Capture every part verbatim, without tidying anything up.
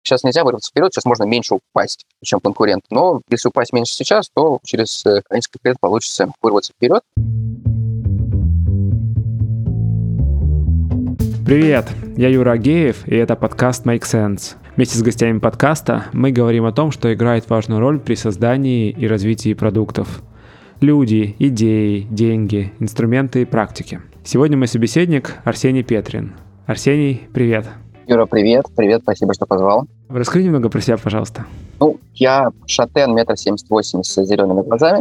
сейчас нельзя вырваться вперед, сейчас можно меньше упасть, чем конкурент. Но если упасть меньше сейчас, то через несколько лет получится вырваться вперед. Привет, я Юра Агеев, и это подкаст Make Sense. Вместе с гостями подкаста мы говорим о том, что играет важную роль при создании и развитии продуктов. Люди, идеи, деньги, инструменты и практики. Сегодня мой собеседник Арсений Петрин. Арсений, привет. Юра, привет. Привет, спасибо, что позвал. Расскажи немного про себя, пожалуйста. Ну, я шатен, метр семьдесят восемь с зелеными глазами.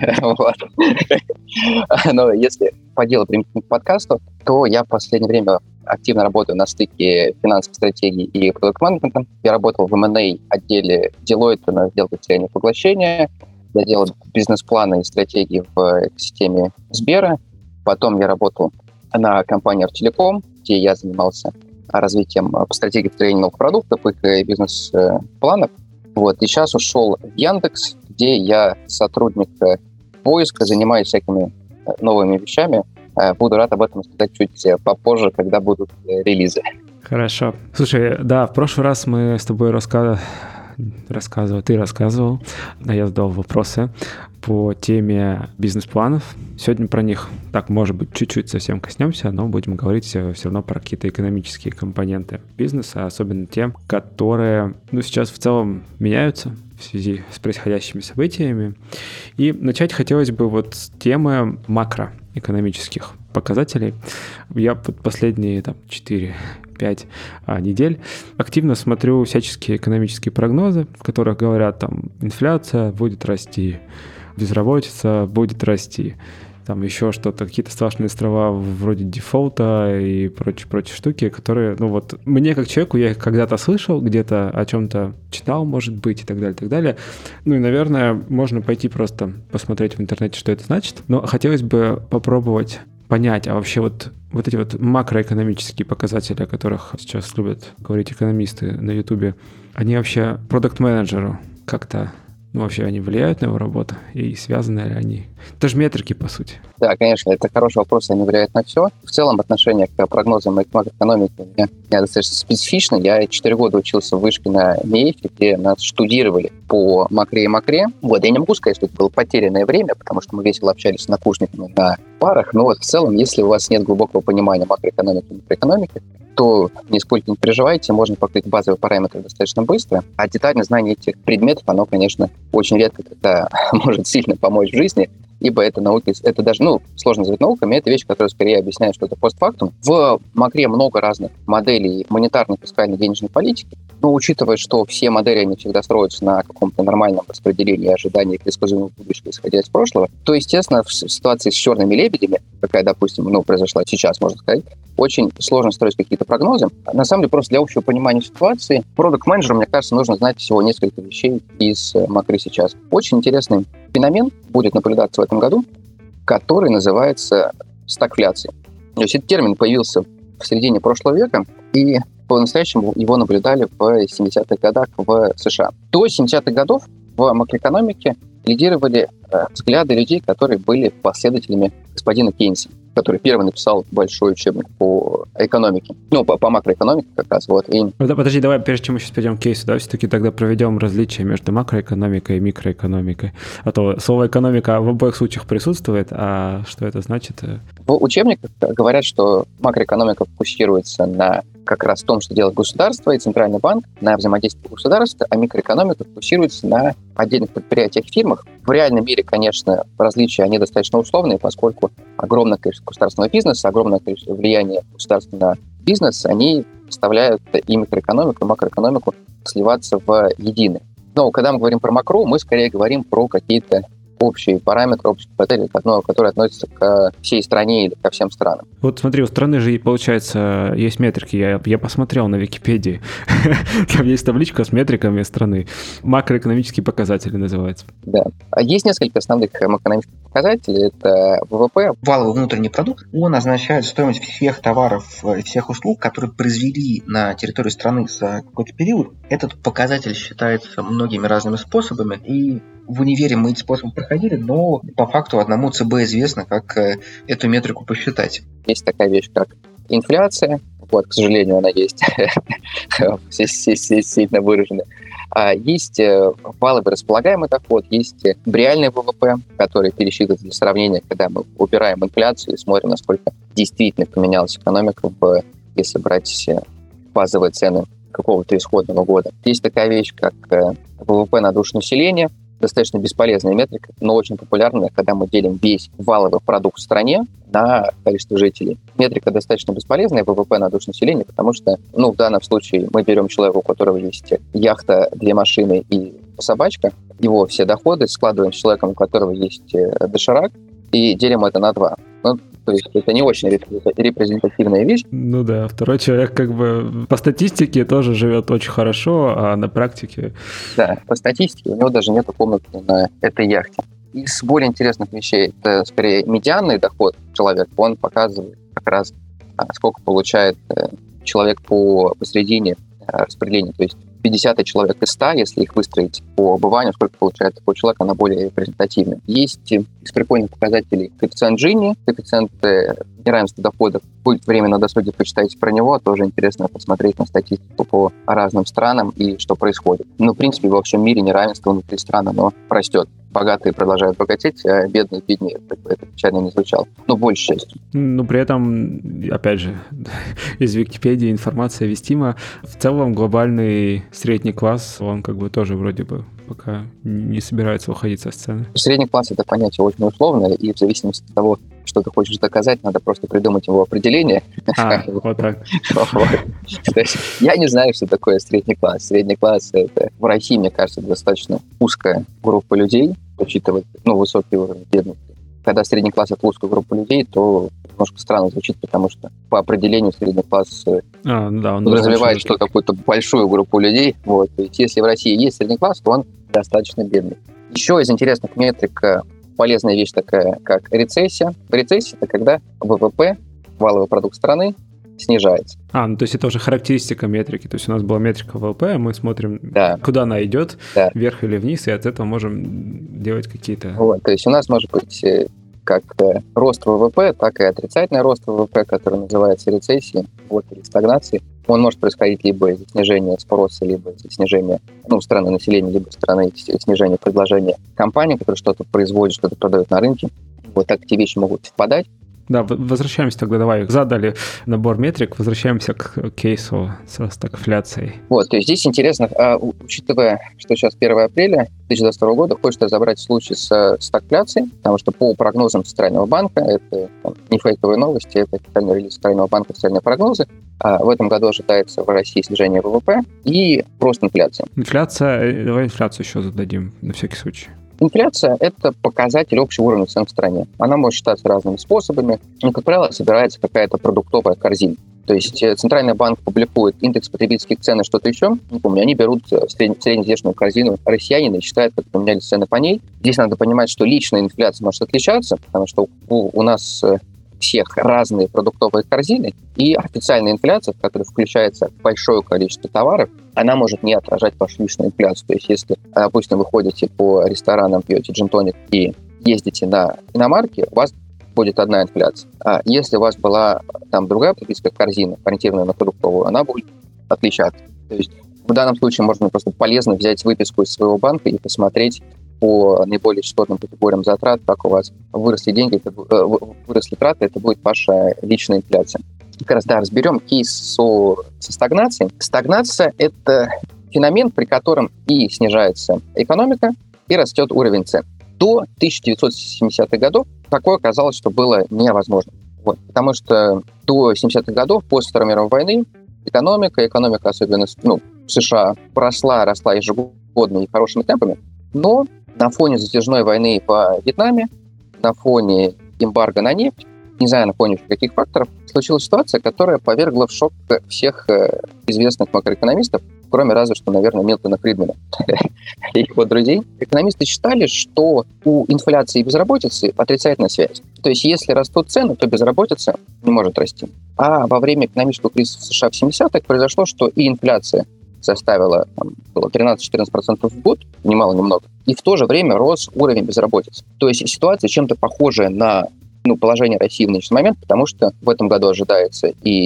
Но если по делу применительно к подкасту, то я в последнее время активно работаю на стыке финансовой стратегии и продакт-менеджмента. Я работал в эм энд эй отделе Deloitte на сделках слияния и поглощения. Я делал бизнес-планы и стратегии в экосистеме Сбера. Потом я работал на компании Артелеком, где я занимался развитием стратегии построения новых продуктов, их бизнес-планов. Вот. И сейчас ушел в Яндекс, где я сотрудник поиска, занимаюсь всякими новыми вещами. Буду рад об этом сказать чуть попозже, когда будут релизы. Хорошо. Слушай, да, в прошлый раз мы с тобой рассказывали, рассказывал, ты рассказывал, а я задал вопросы по теме бизнес-планов. Сегодня про них, так, может быть, чуть-чуть совсем коснемся, но будем говорить все равно про какие-то экономические компоненты бизнеса, особенно те, которые, ну, сейчас в целом меняются в связи с происходящими событиями. И начать хотелось бы вот с темы макроэкономических показателей. Я последние там четыре-пять а, недель активно смотрю всяческие экономические прогнозы, в которых говорят, там, инфляция будет расти, безработица будет расти, там еще что-то, какие-то страшные острова вроде дефолта и прочие-прочие штуки, которые, ну вот, мне как человеку, я их когда-то слышал, где-то о чем-то читал, может быть, и так далее, и так далее. Ну и, наверное, можно пойти просто посмотреть в интернете, что это значит, но хотелось бы попробовать понять, а вообще вот, вот эти вот макроэкономические показатели, о которых сейчас любят говорить экономисты на Ютубе, они вообще продакт-менеджеру как-то, ну, вообще они влияют на его работу и связаны ли они? Это же метрики, по сути. Да, конечно, это хороший вопрос, они влияют на все. В целом, отношение к прогнозам и к макроэкономике у меня, у меня достаточно специфично. Я четыре года учился в вышке на МИЭФе, где нас штудировали по макре и макре. Вот, я не могу сказать, что это было потерянное время, потому что мы весело общались с накурсниками на парах, но вот в целом, если у вас нет глубокого понимания макроэкономики и микроэкономики, то нисколько не переживайте, можно покрыть базовые параметры достаточно быстро, а детальное знание этих предметов, оно, конечно, очень редко когда может сильно помочь в жизни, ибо это науки, это даже, ну, сложно назвать науками, это вещь, которая скорее объясняет что-то постфактум. В макре много разных моделей монетарной, фискальной, денежной политики, но учитывая, что все модели, они всегда строятся на каком-то нормальном распределении ожиданий предсказуемого будущего, исходя из прошлого, то, естественно, в ситуации с черными лебедями, какая, допустим, ну, произошла сейчас, можно сказать, очень сложно строить какие-то прогнозы. На самом деле, просто для общего понимания ситуации, продакт-менеджеру, мне кажется, нужно знать всего несколько вещей из макры сейчас. Очень интересный феномен будет наблюдаться в этом году, который называется стагфляцией. То есть этот термин появился в середине прошлого века, и по-настоящему его наблюдали в семидесятых годах в США. До семидесятых годов в макроэкономике лидировали э, взгляды людей, которые были последователями господина Кейнса, который первый написал большой учебник по экономике. Ну, по, по макроэкономике как раз. Вот. И... Подожди, давай, прежде чем мы сейчас перейдем к кейсу, да, все-таки тогда проведем различия между макроэкономикой и микроэкономикой. А то слово экономика в обоих случаях присутствует, а что это значит? В учебниках говорят, что макроэкономика фокусируется на как раз том, что делает государство и Центральный банк, на взаимодействии государства, а микроэкономика фокусируется на отдельных предприятиях, фирмах. В реальном мире, конечно, различия, они достаточно условные, поскольку огромное количество государственного бизнеса, огромное количество влияния государства на бизнес, они заставляют и микроэкономику, и макроэкономику сливаться в единое. Но когда мы говорим про макро, мы скорее говорим про какие-то общие параметры, общие показатели, которые относятся к всей стране или ко всем странам. Вот смотри, у страны же, получается, есть метрики. Я, я посмотрел на Википедии. Там есть табличка с метриками страны. Макроэкономические показатели называются. Да. Есть несколько основных макроэкономических показателей. Это ВВП. Валовый внутренний продукт. Он означает стоимость всех товаров и всех услуг, которые произвели на территории страны за какой-то период. Этот показатель считается многими разными способами. И в универе мы эти способы проходили, но по факту одному ЦБ известно, как эту метрику посчитать. Есть такая вещь, как инфляция. Вот, к сожалению, она есть сильно выраженная. Есть валовый располагаемый доход, есть реальный ВВП, который пересчитывается для сравнения, когда мы убираем инфляцию и смотрим, насколько действительно поменялась экономика, если брать базовые цены какого-то исходного года. Есть такая вещь, как ВВП на душу населения, достаточно бесполезная метрика, но очень популярная, когда мы делим весь валовый продукт в стране на количество жителей. Метрика достаточно бесполезная, ВВП на душу населения, потому что, ну, в данном случае мы берем человека, у которого есть яхта, две машины и собачка, его все доходы складываем с человеком, у которого есть доширак, и делим это на два. Ну, то есть это не очень репрезентативная вещь. Ну да, второй человек как бы по статистике тоже живет очень хорошо, а на практике... Да, по статистике у него даже нет комнаты на этой яхте. Из более интересных вещей это скорее медианный доход человека. Он показывает как раз, сколько получает человек по посредине распределения. То есть пятьдесят человек из ста, если их выстроить по обыванию, сколько получает такой человек, она более репрезентативна. Есть из прикольных показателей коэффициент Джини, коэффициент неравенства доходов. Будет время на досуге, почитайте про него. Тоже интересно посмотреть на статистику по разным странам и что происходит. Ну, в принципе, во всем мире неравенство внутри стран, оно растет. Богатые продолжают богатеть, а бедные беднеют. Это печально не звучало. Но большей частью. Но при этом, опять же, из Википедии информация вестима. В целом глобальный средний класс, он как бы тоже вроде бы пока не собирается уходить со сцены. Средний класс — это понятие очень условное, и в зависимости от того, что ты хочешь доказать, надо просто придумать его определение. А, вот так. То есть я не знаю, что такое средний класс. Средний класс — это в России, мне кажется, достаточно узкая группа людей, учитывая, ну, высокий уровень бедности. Когда средний класс — это узкая группа людей, то немножко странно звучит, потому что по определению средний класс а, да, он подразумевает, что какую-то большую группу людей. Вот. То есть если в России есть средний класс, то он достаточно бедный. Еще из интересных метрик полезная вещь такая, как рецессия. Рецессия — это когда ВВП, валовый продукт страны, снижается. А, ну то есть это уже характеристика метрики. То есть у нас была метрика ВВП, мы смотрим, да. куда она идет, да. вверх или вниз, и от этого можем делать какие-то... Вот, то есть у нас может быть как рост ВВП, так и отрицательный рост ВВП, который называется рецессией, вот, или стагнацией. Он может происходить либо из-за снижения спроса, либо из-за снижения, ну, страны населения, либо страны снижения предложения компаний, которые что-то производят, что-то продают на рынке. Вот так эти вещи могут совпадать. Да, возвращаемся тогда, давай, задали набор метрик, возвращаемся к кейсу со стагфляцией. Вот, то есть здесь интересно, а, учитывая, что сейчас первое апреля две тысячи двадцать второго года, хочется разобрать случай с стагфляцией, потому что по прогнозам Центрального банка, это там, не фейковые новости, это официальный релиз Центрального банка, официальные прогнозы, а в этом году ожидается в России снижение ВВП и рост инфляции. Инфляция, давай инфляцию еще зададим на всякий случай. Инфляция – это показатель общего уровня цен в стране. Она может считаться разными способами. Но, как правило, собирается какая-то продуктовая корзина. То есть Центральный банк публикует индекс потребительских цен и что-то еще. Не помню, они берут среднеизвестную корзину россиянина и считают, как поменялись цены по ней. Здесь надо понимать, что личная инфляция может отличаться, потому что у, у нас всех разные продуктовые корзины, и официальная инфляция, в которой включается большое количество товаров, она может не отражать вашу личную инфляцию. То есть если, допустим, вы ходите по ресторанам, пьете джин-тоник и ездите на иномарке, у вас будет одна инфляция. А если у вас была там другая потребительская корзина, ориентированная на продуктовую, она будет отличаться. То есть в данном случае можно просто полезно взять выписку из своего банка и посмотреть по наиболее частотным категориям затрат, как у вас выросли деньги, это, выросли траты, это будет ваша личная инфляция. Как раз, да, разберем кейс со, со стагнацией. Стагнация – это феномен, при котором и снижается экономика, и растет уровень цен. До тысяча девятьсот семидесятых годов такое казалось, что было невозможно. Вот, потому что до семидесятых годов, после Второй мировой войны, экономика, экономика особенно ну, в США, росла, росла ежегодно и хорошими темпами, но на фоне затяжной войны во Вьетнаме, на фоне эмбарго на нефть, не знаю, на фоне каких факторов, случилась ситуация, которая повергла в шок всех известных макроэкономистов, кроме разве что, наверное, Милтона Фридмана и его друзей. Экономисты считали, что у инфляции и безработицы отрицательная связь. То есть если растут цены, то безработица не может расти. А во время экономического кризиса в США в семидесятых произошло, что и инфляция составила там, было тринадцать-четырнадцать процентов в год, немало немного, и в то же время рос уровень безработицы. То есть ситуация чем-то похожая на ну, положение России в нынешний момент, потому что в этом году ожидается и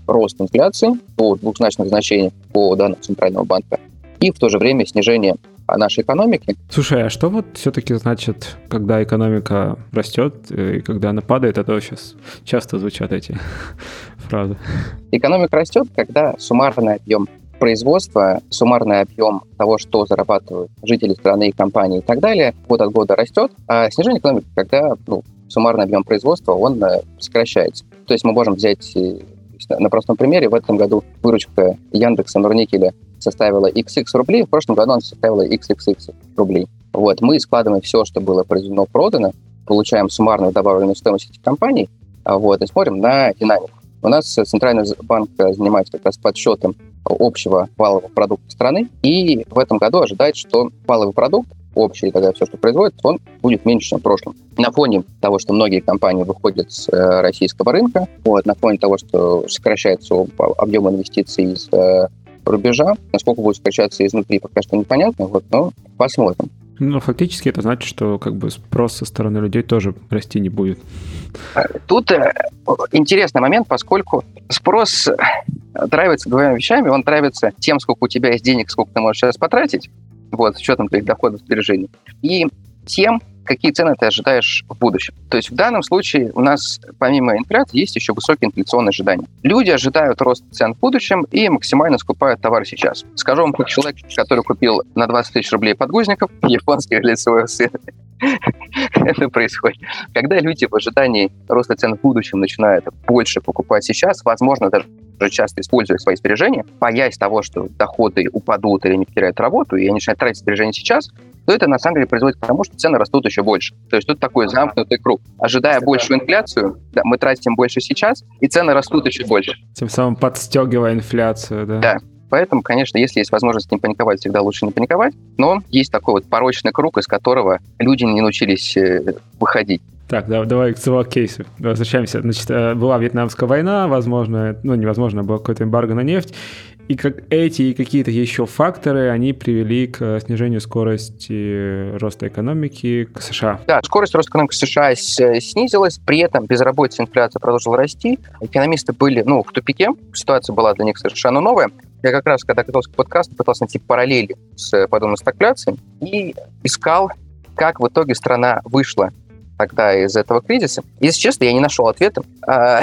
рост инфляции до двухзначных значений по данным Центрального банка и в то же время снижение нашей экономики. Слушай, а что вот все-таки значит, когда экономика растет и когда она падает, а то сейчас часто звучат эти фразы? Экономика растет, когда суммарный объем производства, суммарный объем того, что зарабатывают жители страны, компании и так далее, год от года растет, а снижение экономики, когда ну, суммарный объем производства, он сокращается. То есть мы можем взять на простом примере, в этом году выручка Яндекса, Норникеля составила икс икс рублей, в прошлом году она составила икс икс икс рублей. Вот, мы складываем все, что было произведено, продано, получаем суммарную добавленную стоимость этих компаний, вот, и смотрим на динамику. У нас Центральный банк занимается как раз подсчетом общего валового продукта страны, и в этом году ожидает, что валовый продукт, общий, тогда все, что производится, он будет меньше, чем в прошлом. На фоне того, что многие компании выходят с э, российского рынка, вот, на фоне того, что сокращается объем инвестиций из э, рубежа, насколько будет сокращаться изнутри, пока что непонятно, вот, но посмотрим. Ну, фактически это значит, что как бы спрос со стороны людей тоже расти не будет. Тут э, интересный момент, поскольку спрос драйвится двумя вещами. Он драйвится тем, сколько у тебя есть денег, сколько ты можешь сейчас потратить, вот, с учетом твоих доходов, сбережений, и тем, какие цены ты ожидаешь в будущем. То есть в данном случае у нас помимо инфляции есть еще высокие инфляционные ожидания. Люди ожидают рост цен в будущем и максимально скупают товар сейчас. Скажу вам, как человек, который купил на двадцать тысяч рублей подгузников японских для своего сына. Это происходит. Когда люди в ожидании роста цен в будущем начинают больше покупать сейчас, возможно, даже часто используя свои сбережения, боясь того, что доходы упадут или они потеряют работу, и они начинают тратить сбережения сейчас, то это на самом деле приводит к тому, что цены растут еще больше. То есть тут такой замкнутый круг. Ожидая большую инфляцию, да, мы тратим больше сейчас, и цены растут еще больше. Тем самым подстегивая инфляцию, да? Да. Поэтому, конечно, если есть возможность не паниковать, всегда лучше не паниковать. Но есть такой вот порочный круг, из которого люди не научились выходить. Так, да, давай к своему кейсу. Возвращаемся. Значит, была Вьетнамская война, возможно, ну, невозможно, было какое-то эмбарго на нефть. И как эти и какие-то еще факторы, они привели к снижению скорости роста экономики к США. Да, скорость роста экономики США снизилась, при этом безработица, инфляция продолжила расти. Экономисты были, ну, в тупике, ситуация была для них совершенно новая. Я как раз, когда готовился к подкасту, пытался найти параллели с подобной стагфляцией и искал, как в итоге страна вышла тогда из этого кризиса. Если честно, я не нашел ответа. То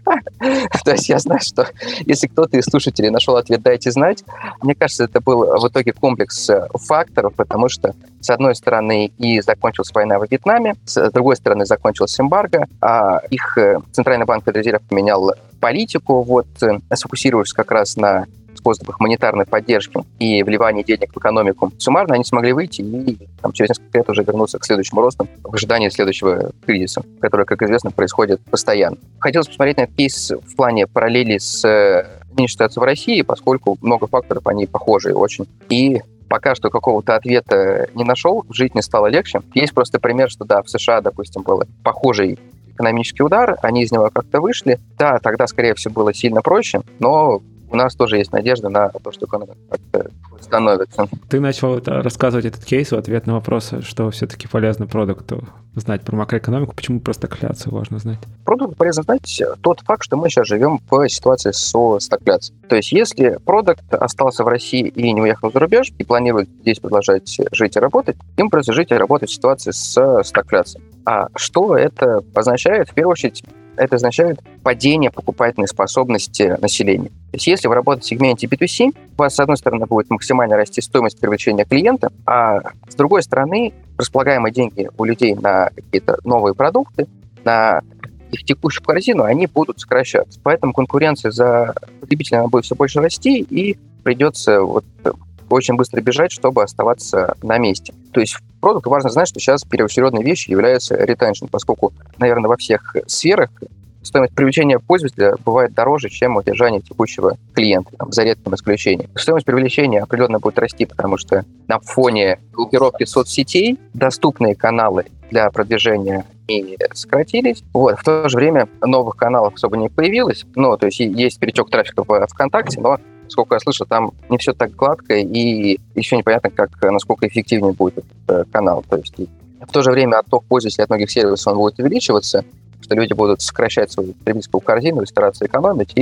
есть я знаю, что если кто-то из слушателей нашел ответ, дайте знать. Мне кажется, это был в итоге комплекс факторов, потому что, с одной стороны, и закончилась война во Вьетнаме, с другой стороны, закончилась эмбарго, а их Центральный банк Федральной поменял политику, вот, сфокусировавшись как раз на способах монетарной поддержки и вливания денег в экономику. Суммарно они смогли выйти и там, через несколько лет уже вернуться к следующему росту в ожидании следующего кризиса, который, как известно, происходит постоянно. Хотелось посмотреть на этот кейс в плане параллели с нынешней ситуацией в России, поскольку много факторов, они похожие очень. И пока что какого-то ответа не нашел, жить не стало легче. Есть просто пример, что да, в США, допустим, был похожий экономический удар, они из него как-то вышли. Да, тогда, скорее всего, было сильно проще, но у нас тоже есть надежда на то, что экономика как-то становится. Ты начал это, рассказывать этот кейс в ответ на вопрос, что все-таки полезно продукту знать про макроэкономику, почему про стагфляцию важно знать? Продукту полезно знать тот факт, что мы сейчас живем в ситуации со стагфляцией. То есть если продукт остался в России и не уехал за рубеж, и планирует здесь продолжать жить и работать, им придется жить и работать в ситуации с стагфляцией. А что это означает? В первую очередь, это означает падение покупательной способности населения. То есть если вы работаете в сегменте би ту си, у вас, с одной стороны, будет максимально расти стоимость привлечения клиента, а с другой стороны, располагаемые деньги у людей на какие-то новые продукты, на их текущую корзину, они будут сокращаться. Поэтому конкуренция за потребителя она будет все больше расти, и придется вот очень быстро бежать, чтобы оставаться на месте. То есть в продукте важно знать, что сейчас первоочередной вещью является ретеншн, поскольку, наверное, во всех сферах стоимость привлечения пользователя бывает дороже, чем удержание текущего клиента, там, за редким исключением. Стоимость привлечения определенно будет расти, потому что на фоне группировки соцсетей доступные каналы для продвижения и сократились. Вот. В то же время новых каналов особо не появилось. Ну, то есть есть перетек трафика в ВКонтакте, но, сколько я слышу, там не все так гладко, и еще непонятно, как, насколько эффективнее будет этот канал. То есть в то же время отток пользователей от многих сервисов он будет увеличиваться, что люди будут сокращать свою потребительскую корзину и стараться экономить, и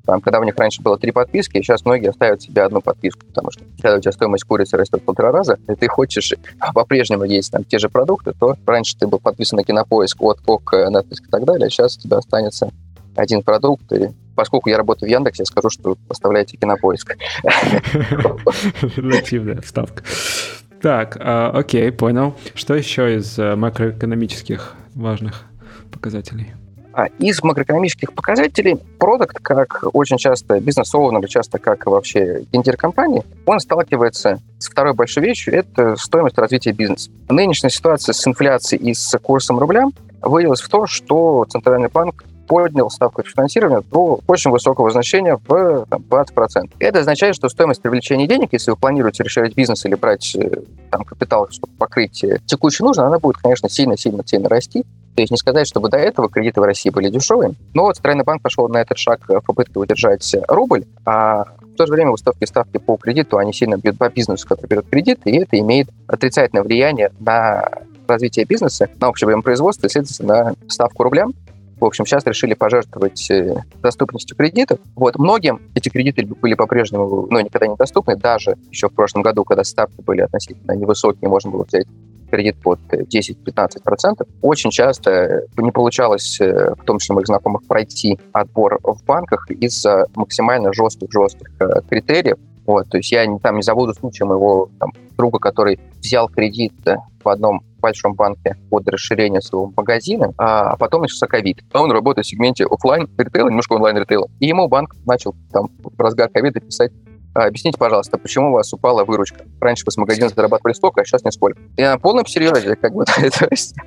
Там, когда у них раньше было три подписки, сейчас многие оставят себе одну подписку, потому что когда у тебя стоимость курицы растет в полтора раза, и ты хочешь по-прежнему есть там те же продукты, то раньше ты был подписан на Кинопоиск, Отскок, Netflix и так далее, а сейчас у тебя останется один продукт. И поскольку я работаю в Яндексе, я скажу, что поставляйте Кинопоиск. Нативная вставка. Так, окей, понял. Что еще из макроэкономических важных показателей? Из макроэкономических показателей продукт, как очень часто бизнес-оунер, часто как вообще гендир компании, он сталкивается с второй большой вещью – это стоимость развития бизнеса. Нынешняя ситуация с инфляцией и с курсом рубля вылилась в то, что Центральный банк поднял ставку финансирования до очень высокого значения в там, двадцать процентов. Это означает, что стоимость привлечения денег, если вы планируете расширять бизнес или брать там, капитал, чтобы покрыть текущие нужды, она будет, конечно, сильно-сильно-сильно расти. То есть не сказать, чтобы до этого кредиты в России были дешевые. Но вот Центральный банк пошел на этот шаг в попытке удержать рубль, а в то же время высокие ставки по кредиту, они сильно бьют по бизнесу, который берет кредит, и это имеет отрицательное влияние на развитие бизнеса, на общее объем производства и, следовательно, на ставку рубля. В общем, сейчас решили пожертвовать доступностью кредитов. Вот, многим эти кредиты были по-прежнему, ну, никогда не доступны, даже еще в прошлом году, когда ставки были относительно невысокие, можно было взять кредит под десять-пятнадцать процентов. Очень часто не получалось, в том числе моих знакомых, пройти отбор в банках из-за максимально жестких-жестких критериев. Вот, то есть я не, там, не забуду случая моего там, друга, который взял кредит в одном большом банке под расширение своего магазина, а потом начался ковид. Он работает в сегменте офлайн ритейла, немножко онлайн ритейла. И ему банк начал там в разгар ковида писать: объясните, пожалуйста, почему у вас упала выручка? Раньше вы с магазина зарабатывали столько, а сейчас нисколько. И на полном серьезе, как бы, то есть...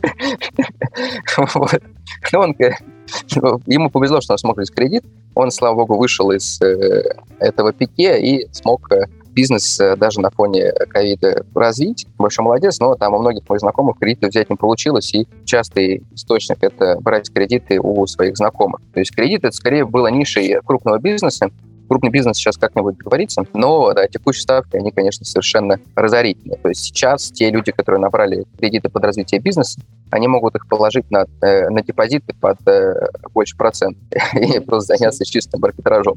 Ему повезло, что он смог взять кредит. Он, слава богу, вышел из этого пике и смог бизнес даже на фоне ковида развить. Большой молодец, но там у многих моих знакомых кредиты взять не получилось, и частый источник — это брать кредиты у своих знакомых. То есть кредит — это скорее было нишей крупного бизнеса. Крупный бизнес сейчас как-нибудь договорится, но да, текущие ставки, они, конечно, совершенно разорительные. То есть сейчас те люди, которые набрали кредиты под развитие бизнеса, они могут их положить на, э, на депозиты под э, больше процентов и просто заняться чистым арбитражом.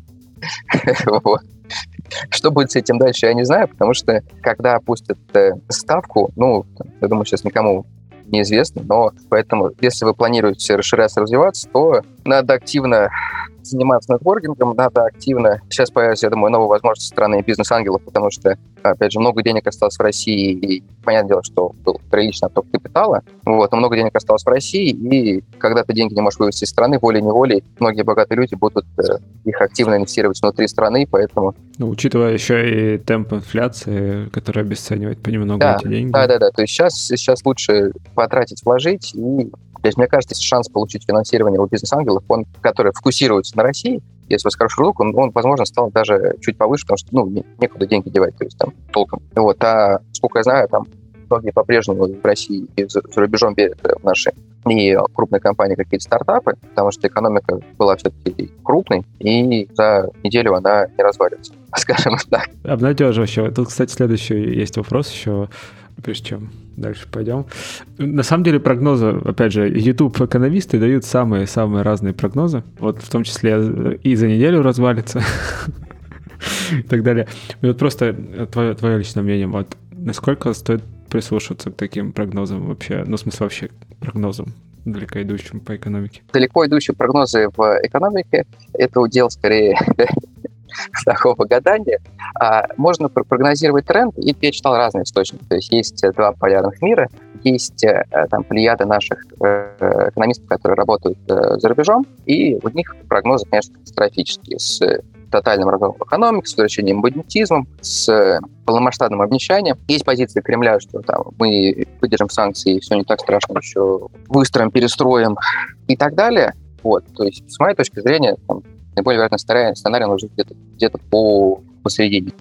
Что будет с этим дальше, я не знаю, потому что когда опустят ставку, ну, я думаю, сейчас никому неизвестно, но поэтому, если вы планируете расширяться, развиваться, то надо активно заниматься нетворкингом, надо активно... Сейчас появится, я думаю, новые возможности со стороны бизнес-ангелов, потому что, опять же, много денег осталось в России, и понятное дело, что был приличный отток капитала, вот, но много денег осталось в России, и когда ты деньги не можешь вывести из страны, волей-неволей, многие богатые люди будут э, их активно инвестировать внутри страны, поэтому... Ну, учитывая еще и темп инфляции, который обесценивает понемногу да, эти деньги. Да-да-да, то есть сейчас, сейчас лучше потратить, вложить, и... То есть, мне кажется, шанс получить финансирование у бизнес-ангелов, он, который фокусируется на России, если у вас хороший продукт, он, он, возможно, стал даже чуть повыше, потому что, ну, не, некуда деньги девать, то есть там толком. Вот, а сколько я знаю, там многие по-прежнему в России и за, за рубежом верят в наши и крупные компании, какие-то стартапы, потому что экономика была все-таки крупной, и за неделю она не развалится, скажем так. Обнадеживающе. Тут, кстати, следующий есть вопрос еще, прежде чем дальше пойдем. На самом деле прогнозы, опять же, YouTube-экономисты дают самые-самые разные прогнозы, вот в том числе и за неделю развалится и так далее. И вот просто твое, твое личное мнение, вот насколько стоит прислушиваться к таким прогнозам вообще, ну, в смысле вообще прогнозам далеко идущим по экономике? Далеко идущие прогнозы в экономике — это удел скорее такого гадания. А можно прогнозировать тренд, и я читал разные источники. То есть есть два полярных мира, есть там плеяды наших экономистов, которые работают за рубежом, и у них прогнозы, конечно, катастрофические, с тотальным развалом экономики, с возвращением бандитизмом, с полномасштабным обнищанием. Есть позиции Кремля, что там мы выдержим санкции, все не так страшно, еще выстроим, перестроим и так далее. Вот, то есть, с моей точки зрения, там, наиболее вероятный сценарий нужен где-то, где-то по посередине.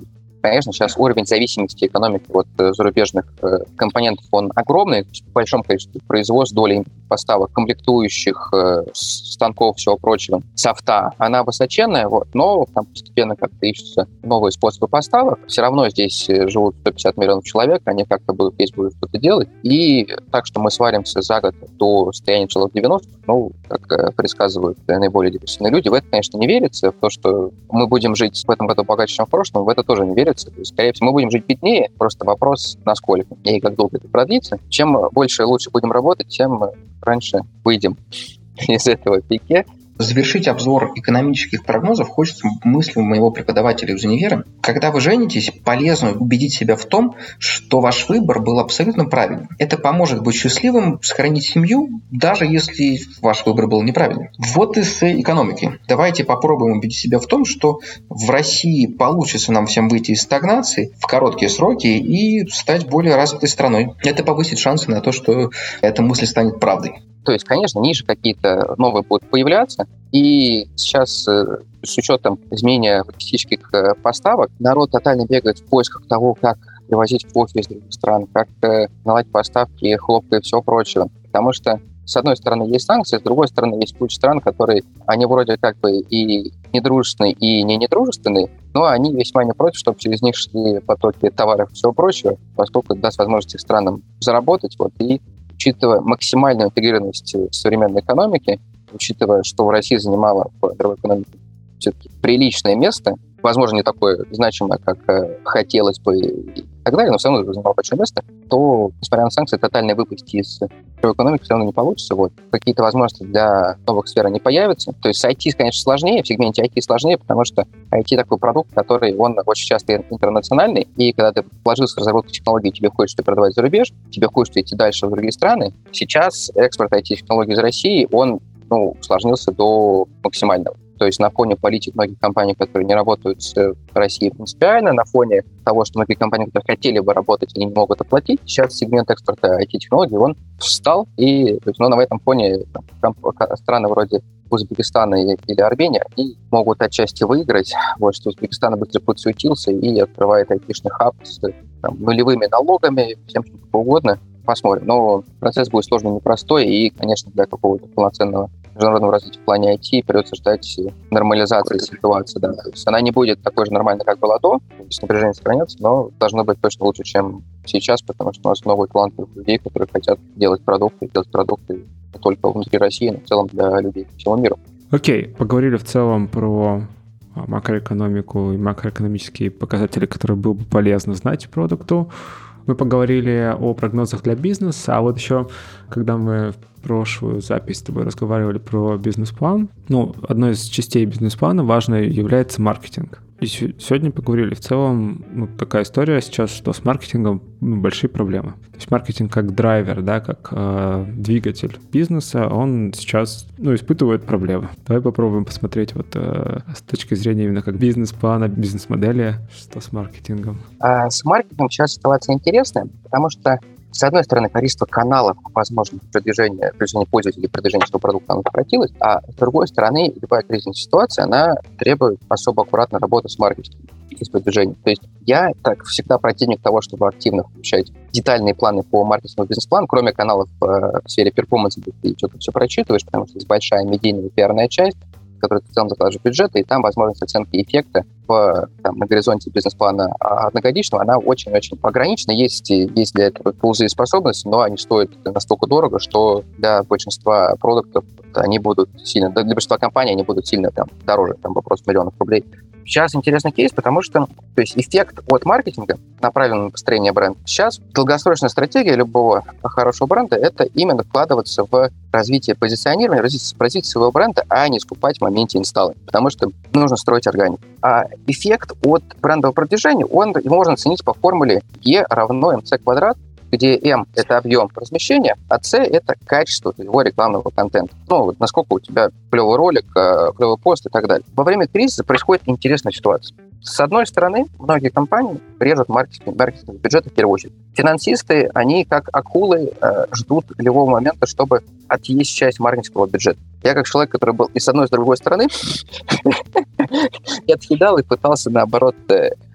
Конечно, сейчас уровень зависимости экономики от зарубежных компонентов, он огромный, в большом количестве производств, доля поставок комплектующих, станков, всего прочего, софта, она высоченная, вот, но там постепенно как-то ищутся новые способы поставок. Все равно здесь живут сто пятьдесят миллионов человек, они как-то будут, здесь будут что-то делать. И так, что мы сваримся за год до состояния целых девяностых, ну, как предсказывают наиболее депрессивные люди, в это, конечно, не верится. В то, что мы будем жить в этом году богаче, чем в прошлом, в это тоже не верится. То есть, скорее всего, мы будем жить беднее, просто вопрос, насколько и как долго это продлится. Чем больше и лучше будем работать, тем раньше выйдем из этого пике. Завершить обзор экономических прогнозов хочется мыслью моего преподавателя из универа. Когда вы женитесь, полезно убедить себя в том, что ваш выбор был абсолютно правильным. Это поможет быть счастливым, сохранить семью, даже если ваш выбор был неправильным. Вот и с экономики. Давайте попробуем убедить себя в том, что в России получится нам всем выйти из стагнации в короткие сроки и стать более развитой страной. Это повысит шансы на то, что эта мысль станет правдой. То есть, конечно, ниши какие-то новые будут появляться, и сейчас с учетом изменения логистических поставок народ тотально бегает в поисках того, как привозить кофе из других стран, как наладить поставки хлопка и всего прочего. Потому что, с одной стороны, есть санкции, с другой стороны, есть куча стран, которые, они вроде как бы и недружественные, и не недружественные, но они весьма не против, чтобы через них шли потоки товаров и всего прочего, поскольку это даст возможность их странам заработать, вот, и учитывая максимальную интегрированность современной экономики, учитывая, что Россия занимала в мировой экономике все-таки приличное место, возможно, не такое значимое, как э, хотелось бы и так далее, но все равно занимало большое место, то, несмотря на санкции, тотально выпасть из мировой экономики все равно не получится. Вот. Какие-то возможности для новых сфер не появятся. То есть с ай ти, конечно, сложнее, в сегменте ай ти сложнее, потому что ай ти такой продукт, который, он очень часто интернациональный, и когда ты вложился в разработку технологий, тебе хочется продавать за рубеж, тебе хочется идти дальше в другие страны. Сейчас экспорт ай ти-технологий из России, он ну, усложнился до максимального. То есть на фоне политик многих компаний, которые не работают с Россией принципиально, на фоне того, что многие компании, которые хотели бы работать, они не могут оплатить, сейчас сегмент экспорта ай ти-технологий, он встал, и то есть, ну, на этом фоне там, страны вроде Узбекистана или Армении, они могут отчасти выиграть, вот, что Узбекистан быстро подсуетился и открывает айтишный хаб с там, нулевыми налогами, всем чем угодно. Посмотрим. Но процесс будет сложный, непростой, и, конечно, для какого-то полноценного международного развития в плане ай ти придется ждать нормализации ситуации. Да. То есть она не будет такой же нормальной, как была до, то есть напряжение сохранится, но должно быть точно лучше, чем сейчас, потому что у нас много талантливых людей, которые хотят делать продукты, делать продукты не только внутри России, но в целом для людей по всему миру. Окей, поговорили в целом про макроэкономику и макроэкономические показатели, которые было бы полезно знать продукту. Мы поговорили о прогнозах для бизнеса, а вот еще, когда мы в прошлую запись с тобой разговаривали про бизнес-план, ну, одной из частей бизнес-плана важной является маркетинг. И сегодня поговорили в целом, ну, такая история сейчас, что с маркетингом ну, большие проблемы. То есть маркетинг как драйвер, да, как э, двигатель бизнеса, он сейчас, ну, испытывает проблемы. Давай попробуем посмотреть вот э, с точки зрения именно как бизнес-плана, бизнес-модели, что с маркетингом. А с маркетингом сейчас ситуация интересная, потому что с одной стороны, количество каналов возможных продвижения, продвижения пользователей, продвижения своего продукта, оно сократилось, а с другой стороны, любая кризисная ситуация, она требует особо аккуратной работы с маркетингом и с продвижением. То есть я так всегда противник того, чтобы активно включать детальные планы по маркетинговому бизнес-плану, кроме каналов э, в сфере перформанса, где ты что-то все прочитываешь, потому что есть большая медийная пиарная часть, который ты в целом закладываешь бюджеты, и там возможность оценки эффекта в, там, на горизонте бизнес-плана одногодичного, она очень-очень ограничена. Есть, есть для этого тулзы и способности, но они стоят настолько дорого, что для большинства продуктов они будут сильно, для большинства компаний они будут сильно там, дороже, там вопрос миллионов рублей. Сейчас интересный кейс, потому что то есть эффект от маркетинга, направленный на построение бренда, сейчас долгосрочная стратегия любого хорошего бренда — это именно вкладываться в развитие позиционирования, развитие, развитие своего бренда, а не скупать в моменте инсталлы, потому что нужно строить органику. А эффект от брендового продвижения, он, его можно оценить по формуле E равно эм си квадрат, где M — это объем размещения, а C — это качество твоего рекламного контента. Ну, вот насколько у тебя клевый ролик, клевый пост и так далее. Во время кризиса происходит интересная ситуация. С одной стороны, многие компании режут маркетинг, маркетинг бюджеты в первую очередь. Финансисты, они как акулы э, ждут любого момента, чтобы отъесть часть маркетингового бюджета. Я как человек, который был и с одной, и с другой стороны, я отъедал и пытался, наоборот,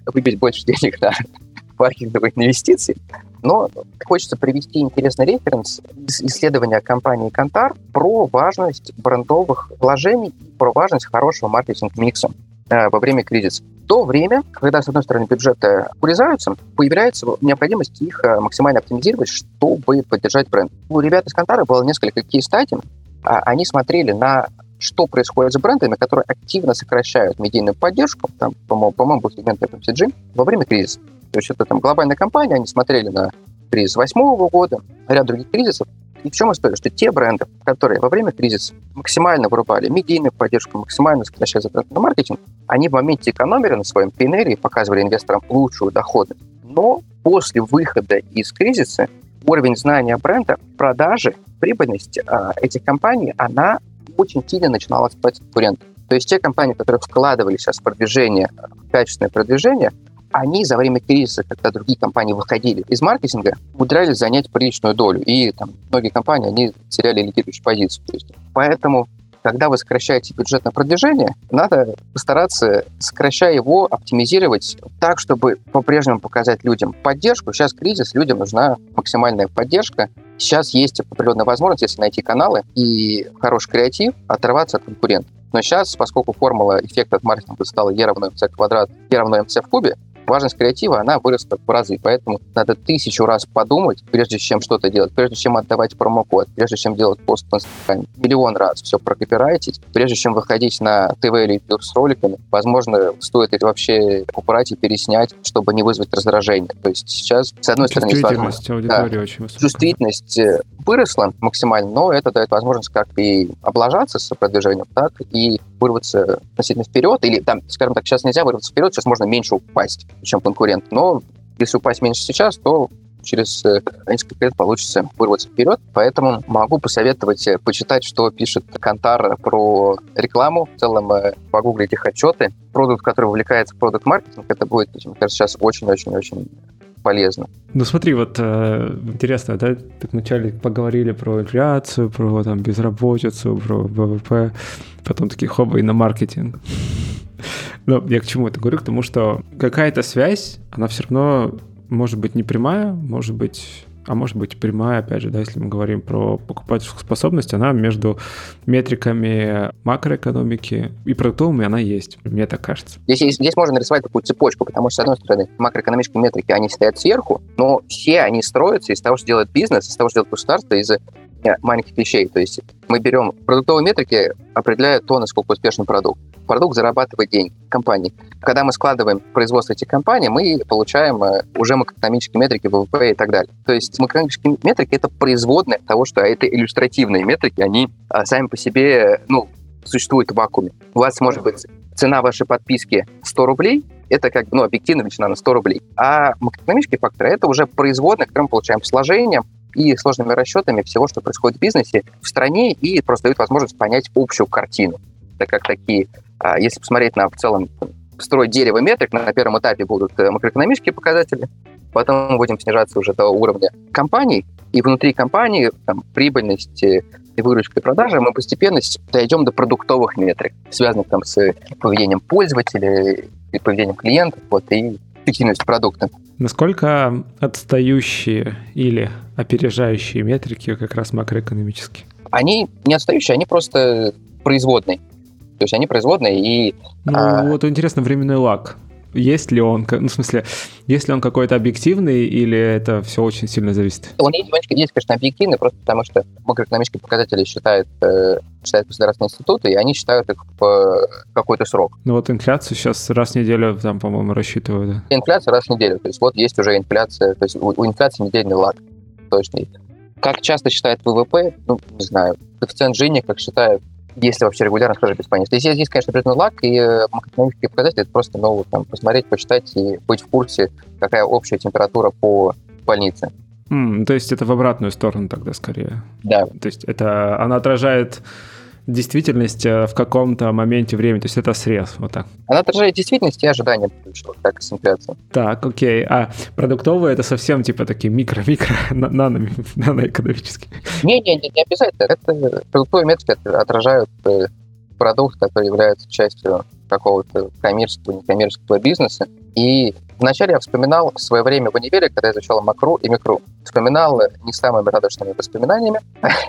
выбить больше денег на маркетинговые инвестиции. Но хочется привести интересный референс из исследования компании Kantar про важность брендовых вложений, про важность хорошего маркетинг-микса э, во время кризиса. В то время, когда, с одной стороны, бюджеты урезаются, появляется необходимость их максимально оптимизировать, чтобы поддержать бренд. У ребят из Kantar было несколько кейс-стадий. Они смотрели на что происходит с брендами, которые активно сокращают медийную поддержку, там, по-моему, по-моему, был сегмент эф эм си джи, во время кризиса. То есть это там глобальная компания, они смотрели на кризис восьмого года, ряд других кризисов. И в чем история? Что те бренды, которые во время кризиса максимально вырубали медийную поддержку, максимально сокращали затраты на маркетинг, они в моменте экономили на своем пи эн эл и показывали инвесторам лучшую доходность. Но после выхода из кризиса уровень знания бренда, продажи, прибыльность а, этих компаний, она очень сильно начинала отступать от конкурентов. То есть те компании, которые вкладывали сейчас в продвижение, в качественное продвижение, они за время кризиса, когда другие компании выходили из маркетинга, умудрялись занять приличную долю. И там, многие компании, они теряли лидирующую позицию. То есть, поэтому, когда вы сокращаете бюджет на продвижение, надо постараться, сокращая его, оптимизировать так, чтобы по-прежнему показать людям поддержку. Сейчас кризис, людям нужна максимальная поддержка. Сейчас есть определенная возможность, если найти каналы и хороший креатив, оторваться от конкурентов. Но сейчас, поскольку формула эффекта от маркетинга стала E равно mc квадрат, E равно mc в кубе, важность креатива, она выросла в разы. Поэтому надо тысячу раз подумать, прежде чем что-то делать, прежде чем отдавать промокод, прежде чем делать пост в Инстаграме. Миллион раз все прокопирайтить, прежде чем выходить на ТВ или YouTube с роликами. Возможно, стоит это вообще убрать и переснять, чтобы не вызвать раздражение. То есть сейчас, с одной стороны, чувствительность аудитории да, очень высокая. Чувствительность выросла максимально, но это дает возможность как и облажаться с продвижением, так и вырваться относительно вперед. Или, там, скажем так, сейчас нельзя вырваться вперед, сейчас можно меньше упасть, чем конкурент. Но если упасть меньше сейчас, то через несколько лет получится вырваться вперед. Поэтому могу посоветовать почитать, что пишет Kantar про рекламу. В целом погуглить их отчеты. Продукт, который вовлекается в продукт-маркетинг, это будет, мне кажется, сейчас очень-очень-очень полезно. Ну смотри, вот э, интересно, да, так вначале поговорили про инфляцию, про там безработицу, про вэ вэ пэ, потом такие хоба и на маркетинг. Но я к чему это говорю? К тому, что какая-то связь, она все равно может быть не прямая, может быть, а может быть прямая, опять же, да, если мы говорим про покупательскую способность, она между метриками макроэкономики и продуктовыми она есть, мне так кажется. Здесь, здесь можно нарисовать такую цепочку, потому что, с одной стороны, макроэкономические метрики, они стоят сверху, но все они строятся из того, что делает бизнес, из того, что делает государство, из маленьких вещей. То есть мы берем продуктовые метрики, определяют то, насколько успешен продукт. Продукт зарабатывает деньги компании. Когда мы складываем производство этих компаний, мы получаем уже макроэкономические метрики, вэ вэ пэ и так далее. То есть макроэкономические метрики — это производные того, что это иллюстративные метрики, они сами по себе, ну, существуют в вакууме. У вас может быть цена вашей подписки сто рублей, это как, ну, объективно величина на сто рублей. А макроэкономические факторы — это уже производные, которые мы получаем сложением и сложными расчетами всего, что происходит в бизнесе, в стране, и просто дают возможность понять общую картину. Так как такие, если посмотреть на в целом строить дерево метрик, на первом этапе будут макроэкономические показатели, потом мы будем снижаться уже до уровня компаний, и внутри компании там, прибыльности и выручкой продажи мы постепенно дойдем до продуктовых метрик, связанных там с поведением пользователей, и поведением клиентов, вот, и эффективностью продукта. Насколько отстающие или опережающие метрики как раз макроэкономические? Они не отстающие, они просто производные. То есть они производные и... Ну, а... вот интересно, временной лаг. Есть ли он, ну, в смысле, есть ли он какой-то объективный, или это все очень сильно зависит? Он есть, есть, конечно, объективный, просто потому что макроэкономические показатели считают, э, считают государственные институты, и они считают их в какой-то срок. Ну вот инфляцию сейчас раз в неделю, там, по-моему, рассчитывают, да? Инфляция раз в неделю, то есть вот есть уже инфляция, то есть у, у инфляции недельный лаг, точно. Как часто считает вэ вэ пэ, ну, не знаю. Коэффициент Джинни, как считают, если вообще регулярно, тоже без понятия. То есть здесь, конечно, определенный лаг, и макроэкономические показатели — это просто ну, там, посмотреть, почитать и быть в курсе, какая общая температура по больнице. Mm, то есть это в обратную сторону тогда скорее. Да. То есть это она отражает действительность в каком-то моменте времени, то есть это срез, вот так. Она отражает действительность и ожидания, как и с инфляцией. Так, окей. А продуктовые — это совсем типа такие микро-микро, нано, наноэкономические? Не-не-не, не обязательно. Это продуктовые метрики отражают продукт, который является частью какого-то коммерческого, некоммерческого бизнеса. И вначале я вспоминал в свое время в универе, когда я изучал макру и микру. Вспоминал не самыми радостными воспоминаниями,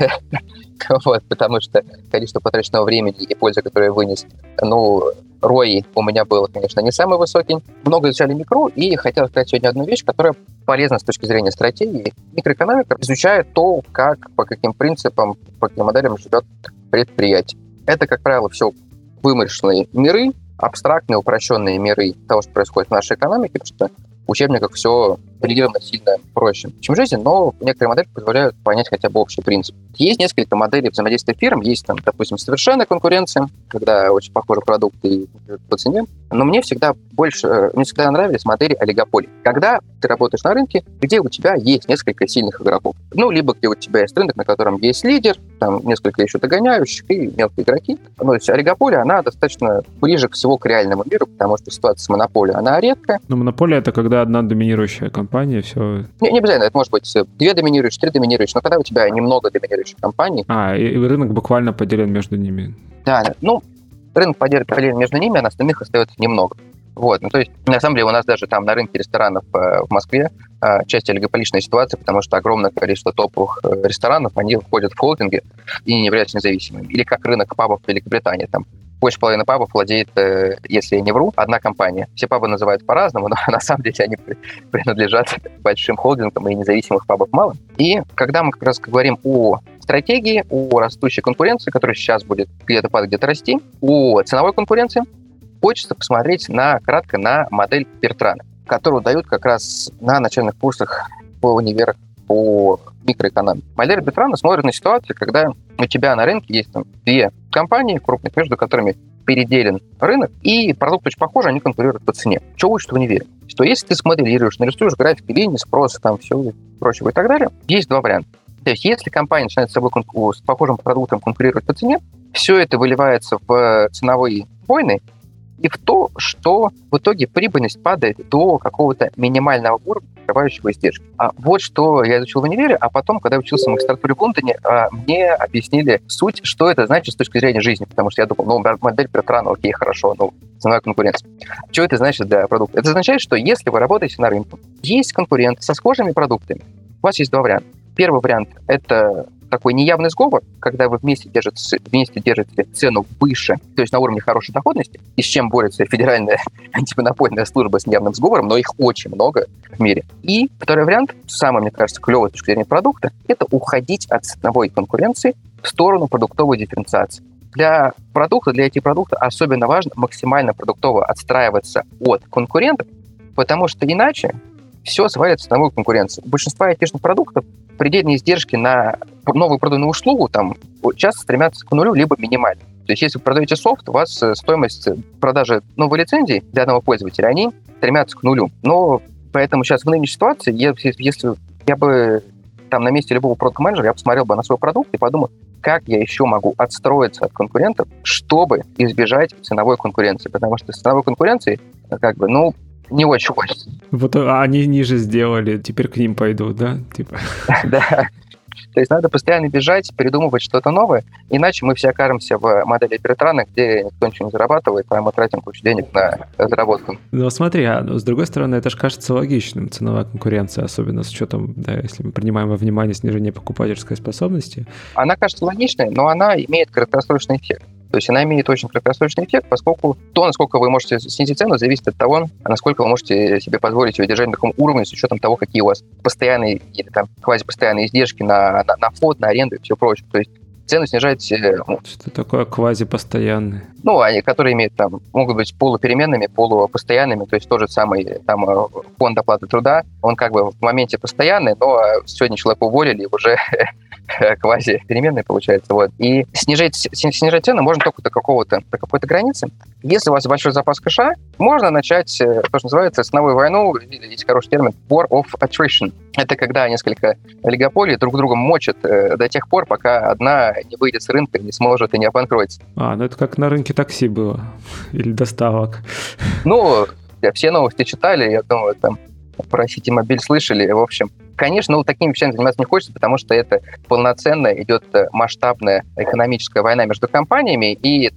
вот, потому что количество потраченного времени и пользы, которую я вынес, ну, рой у меня был, конечно, не самый высокий. Много изучали микру, и хотел сказать сегодня одну вещь, которая полезна с точки зрения стратегии. Микроэкономика изучает то, как, по каким принципам, по каким моделям живет предприятие. Это, как правило, все вымышленные миры, абстрактные, упрощенные миры того, что происходит в нашей экономике, потому что в учебниках все делегировано сильно проще, чем в жизни, но некоторые модели позволяют понять хотя бы общий принцип. Есть несколько моделей взаимодействия фирм. Есть, там, допустим, совершенная конкуренция, когда очень похожи продукты по цене. Но мне всегда больше, мне всегда нравились модели олигополий. Когда ты работаешь на рынке, где у тебя есть несколько сильных игроков. Ну, либо где у тебя есть рынок, на котором есть лидер, там несколько еще догоняющих и мелкие игроки. Ну, то есть олигополия, она достаточно ближе всего к реальному миру, потому что ситуация с монополией, она редкая. Но монополия — это когда одна доминирующая компания, все... Не, не обязательно, это может быть две доминирующие, три доминирующие, но когда у тебя немного доминирующих компаний... А, и рынок буквально поделен между ними. Да, ну, рынок поделен между ними, а на остальных остается немного. Вот, ну, то есть, на самом деле, у нас даже там на рынке ресторанов э, в Москве э, часть олигополичной ситуации, потому что огромное количество топовых э, ресторанов, они входят в холдинги и не являются независимыми. Или как рынок пабов в Великобритании, там больше половины пабов владеет, э, если я не вру, одна компания. Все пабы называют по-разному, но на самом деле они принадлежат большим холдингам, и независимых пабов мало. И когда мы как раз говорим о стратегии, о растущей конкуренции, которая сейчас будет где-то падать, где-то расти, о ценовой конкуренции, хочется посмотреть на, кратко на модель Бертрана, которую дают как раз на начальных курсах по универах по микроэкономике. Модель Бертрана смотрит на ситуацию, когда у тебя на рынке есть там две компании крупных, между которыми переделен рынок, и продукты очень похожи, они конкурируют по цене. Что учат в универе? Что если ты смоделируешь, нарисуешь графики линии, спроса, там все прочего и так далее, есть два варианта. То есть если компания начинает с собой конку- с похожим продуктом конкурировать по цене, все это выливается в ценовые войны, и в то, что в итоге прибыльность падает до какого-то минимального уровня, покрывающего издержки. А вот что я изучил в универе, а потом, когда учился в магистратуре в Лондоне, мне объяснили суть, что это значит с точки зрения жизни, потому что я думал, ну, модель Бертрана, окей, хорошо, ну, ценовая конкуренция. Что это значит для продукта? Это означает, что если вы работаете на рынке, есть конкурент со схожими продуктами, у вас есть два варианта. Первый вариант – это такой неявный сговор, когда вы вместе держите, вместе держите цену выше, то есть на уровне хорошей доходности, и с чем борется Федеральная антимонопольная служба с неявным сговором, но их очень много в мире. И второй вариант, самый, мне кажется, клевый с точки зрения продукта, это уходить от ценовой конкуренции в сторону продуктовой дифференциации. Для продукта, для ай ти-продукта особенно важно максимально продуктово отстраиваться от конкурентов, потому что иначе все свалится в ценовую конкуренцию. У большинства ай ти-шных продуктов предельные издержки на новую проданную услугу там часто стремятся к нулю, либо минимально. То есть если вы продаете софт, у вас стоимость продажи новой лицензии для одного пользователя, они стремятся к нулю. Но поэтому сейчас в нынешней ситуации, если, если я бы там на месте любого продакт-менеджера, я посмотрел бы на свой продукт и подумал, как я еще могу отстроиться от конкурентов, чтобы избежать ценовой конкуренции. Потому что с ценовой конкуренцией, как бы, ну, не очень хочется. Вот они ниже сделали, теперь к ним пойдут, да? Типа. Да. То есть надо постоянно бежать, придумывать что-то новое, иначе мы все окажемся в модели Бертрана, где никто ничего не зарабатывает, а мы тратим кучу денег на заработку. Ну смотри, а с другой стороны, это же кажется логичным, ценовая конкуренция, особенно с учетом, да, если мы принимаем во внимание снижение покупательской способности. Она кажется логичной, но она имеет краткосрочный эффект. То есть она имеет очень краткосрочный эффект, поскольку то, насколько вы можете снизить цену, зависит от того, насколько вы можете себе позволить ее держать на таком уровне с учетом того, какие у вас постоянные или там квазипостоянные издержки на, на, на вход, на аренду и все прочее. То есть цену снижать... Ну, что такое квазипостоянные? Ну, они, которые имеют там, могут быть полупеременными, полупостоянными, то есть тот же самый там фонд оплаты труда, он как бы в моменте постоянный, но сегодня человека уволили, и уже квази-переменный получается. Вот. И снижать, снижать цены можно только до какого-то, до какой-то границы. Если у вас большой запас кэша, можно начать то, что называется ценовую войну, или есть хороший термин war of attrition. Это когда несколько олигополий друг друга мочат э, до тех пор, пока одна не выйдет с рынка, не сможет и не обанкротится. А, ну это как на рынке такси было. Или доставок. Ну, все новости читали, я думаю, там про Ситимобиль слышали. В общем, конечно, ну, такими вещами заниматься не хочется, потому что это полноценно идет масштабная экономическая война между компаниями, и то есть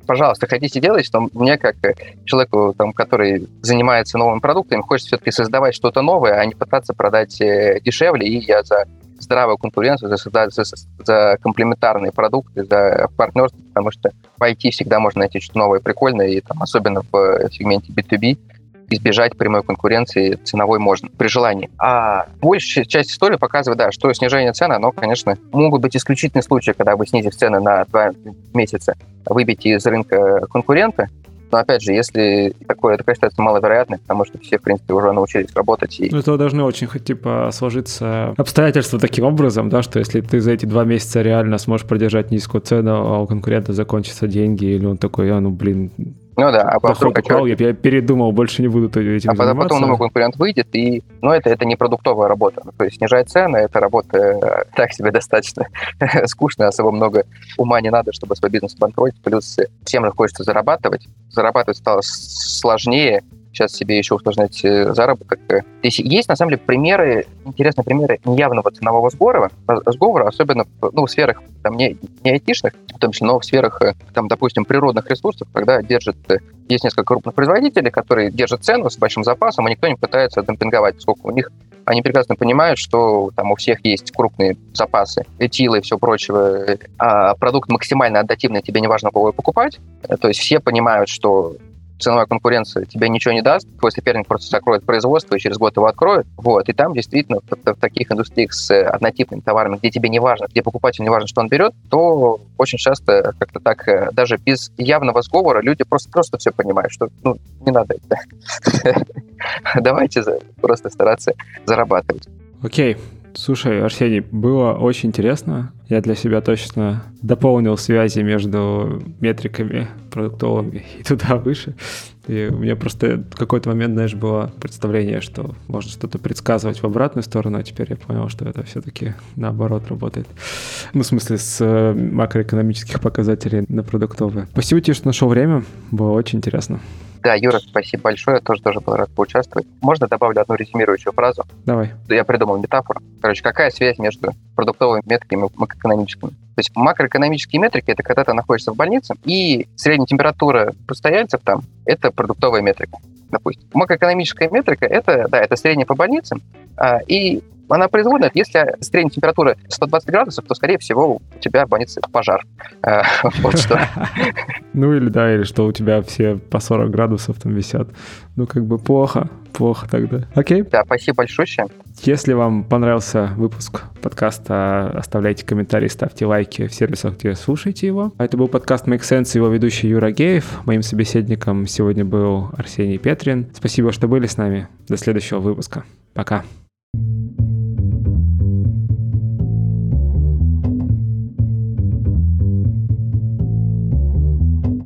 пожалуйста, хотите делать, но мне, как человеку, там, который занимается новыми продуктами, хочется все-таки создавать что-то новое, а не пытаться продать дешевле, и я за здравую конкуренцию, за, за, за комплементарные продукты, за партнерство, потому что в ай ти всегда можно найти что-то новое, прикольное, и там, особенно в сегменте би ту би, избежать прямой конкуренции ценовой можно, при желании. А большая часть истории показывает, да, что снижение цены, оно, конечно, могут быть исключительные случаи, когда вы, снизив цены на два месяца, выбьете из рынка конкурента. Но, опять же, если такое, это, конечно, маловероятно, потому что все, в принципе, уже научились работать. И... Ну, это должны очень, типа, сложиться обстоятельства таким образом, да, что если ты за эти два месяца реально сможешь продержать низкую цену, а у конкурента закончатся деньги, или он такой, а, ну, блин... Ну да, а потом упал, я, я передумал, больше не буду этим а заниматься. А потом новый конкурент выйдет, и, ну, это, это не продуктовая работа. То есть снижать цены, это работа так себе достаточно скучная, особо много ума не надо, чтобы свой бизнес банкротить, плюс всем же хочется зарабатывать. Зарабатывать стало сложнее, сейчас себе еще усложнять заработок. Здесь есть, на самом деле, примеры, интересные примеры неявного ценового сговора, сговора особенно в, ну, в сферах там, не, не айтишных, в том числе, но в сферах, там, допустим, природных ресурсов, когда держат, есть несколько крупных производителей, которые держат цену с большим запасом, и никто не пытается демпинговать, поскольку у них они прекрасно понимают, что там у всех есть крупные запасы этила и все прочего, а продукт максимально адаптивный, тебе не важно, кого его покупать. То есть все понимают, что ценовая конкуренция тебе ничего не даст, твой соперник просто закроет производство и через год его откроет. Вот. И там действительно в, в таких индустриях с однотипными товарами, где тебе не важно, где покупателю не важно, что он берет, то очень часто как-то так, даже без явного сговора, люди просто, просто все понимают, что ну, не надо это. Давайте просто стараться зарабатывать. Окей. Слушай, Арсений, было очень интересно. Я для себя точно дополнил связи между метриками продуктовыми и туда выше. И у меня просто в какой-то момент, знаешь, было представление, что можно что-то предсказывать в обратную сторону, а теперь я понял, что это все-таки наоборот работает. Ну, в смысле, с макроэкономических показателей на продуктовые. Спасибо тебе, что нашел время. Было очень интересно. Да, Юра, спасибо большое. Я тоже, тоже был рад поучаствовать. Можно добавлю одну резюмирующую фразу? Давай. Я придумал метафору. Короче, какая связь между продуктовыми метриками и макроэкономическими? То есть макроэкономические метрики — это когда ты находишься в больнице, и средняя температура постояльцев там — это продуктовая метрика, допустим. Макроэкономическая метрика — это, да, это средняя по больницам, а, и она производная, если средняя температура сто двадцать градусов, то, скорее всего, у тебя в больнице пожар. Вот что. Ну или да, или что у тебя все по сорок градусов там висят. Ну как бы плохо, плохо тогда. Окей? Да, спасибо большое. Если вам понравился выпуск подкаста, оставляйте комментарии, ставьте лайки в сервисах, где слушаете его. Это был подкаст Make Sense, его ведущий Юра Геев. Моим собеседником сегодня был Арсений Петрин. Спасибо, что были с нами. До следующего выпуска. Пока.